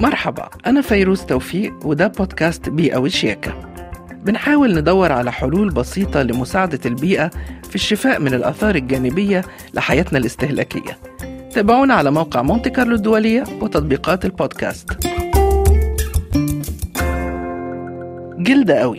مرحبا، أنا فيروز توفيق وده بودكاست بيئة وشياكة. بنحاول ندور على حلول بسيطة لمساعدة البيئة في الشفاء من الآثار الجانبية لحياتنا الاستهلاكية. تابعونا على موقع مونتي كارلو الدولية وتطبيقات البودكاست. جلد قوي.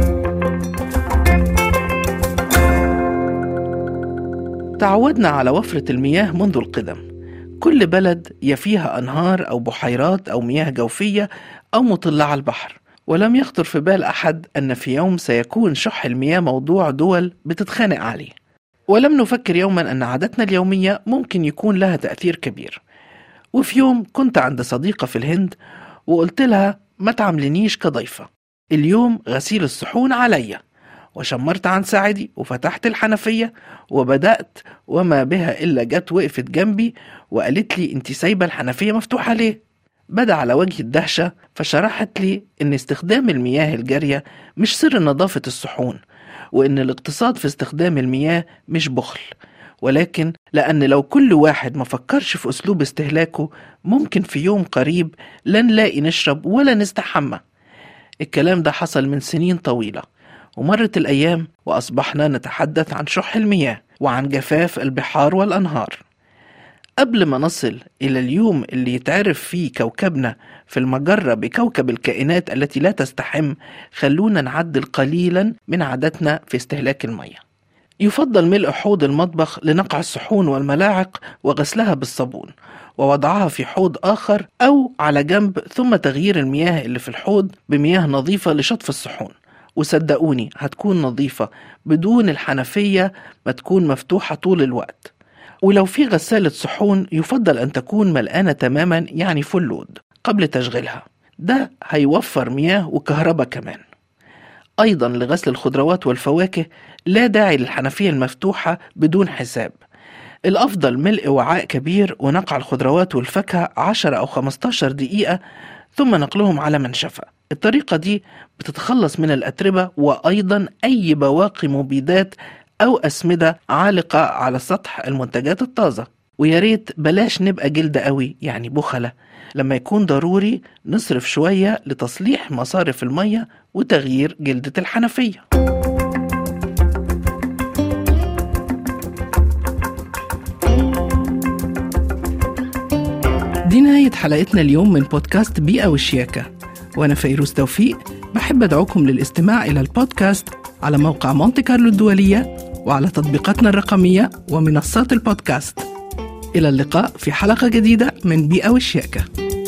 تعودنا على وفرة المياه منذ القدم. كل بلد يا فيها أنهار أو بحيرات أو مياه جوفية أو مطلة على البحر، ولم يخطر في بال أحد أن في يوم سيكون شح المياه موضوع دول بتتخانق عليه. ولم نفكر يوما أن عادتنا اليومية ممكن يكون لها تأثير كبير. وفي يوم كنت عند صديقة في الهند وقلت لها ما تعملنيش كضيفة، اليوم غسيل الصحون عليا. وشمرت عن ساعدي وفتحت الحنفية وبدأت، وما بها إلا جت وقفت جنبي وقالت لي انت سايبة الحنفية مفتوحة ليه؟ بدأ على وجه الدهشة، فشرحت لي ان استخدام المياه الجارية مش سر نظافة الصحون، وان الاقتصاد في استخدام المياه مش بخل، ولكن لأن لو كل واحد ما فكرش في أسلوب استهلاكه ممكن في يوم قريب لا نلاقي نشرب ولا نستحمى. الكلام ده حصل من سنين طويلة، ومرت الأيام وأصبحنا نتحدث عن شح المياه وعن جفاف البحار والأنهار. قبل ما نصل إلى اليوم اللي يتعرف فيه كوكبنا في المجرة بكوكب الكائنات التي لا تستحم، خلونا نعدل قليلا من عاداتنا في استهلاك المياه. يفضل ملء حوض المطبخ لنقع الصحون والملاعق وغسلها بالصابون ووضعها في حوض آخر أو على جنب، ثم تغيير المياه اللي في الحوض بمياه نظيفة لشطف الصحون. وصدقوني هتكون نظيفة بدون الحنفية ما تكون مفتوحة طول الوقت. ولو في غسالة صحون يفضل أن تكون ملقانة تماما، يعني فول لود، قبل تشغيلها. ده هيوفر مياه وكهرباء كمان. أيضا لغسل الخضروات والفواكه لا داعي للحنفية المفتوحة بدون حساب. الأفضل ملء وعاء كبير ونقع الخضروات والفاكهة 10 أو 15 دقيقة ثم نقلهم على منشفة. الطريقة دي بتتخلص من الأتربة وأيضا أي بواقي مبيدات أو أسمدة عالقة على سطح المنتجات الطازة. وياريت بلاش نبقى جلد قوي، يعني بخلة، لما يكون ضروري نصرف شوية لتصليح مصارف المية وتغيير جلدة الحنفية. دي نهاية حلقتنا اليوم من بودكاست بيئة وشياكة، وأنا فيروز توفيق. بحب أدعوكم للاستماع إلى البودكاست على موقع مونتي كارلو الدولية وعلى تطبيقاتنا الرقمية ومنصات البودكاست. إلى اللقاء في حلقة جديدة من بيئة وشياكة.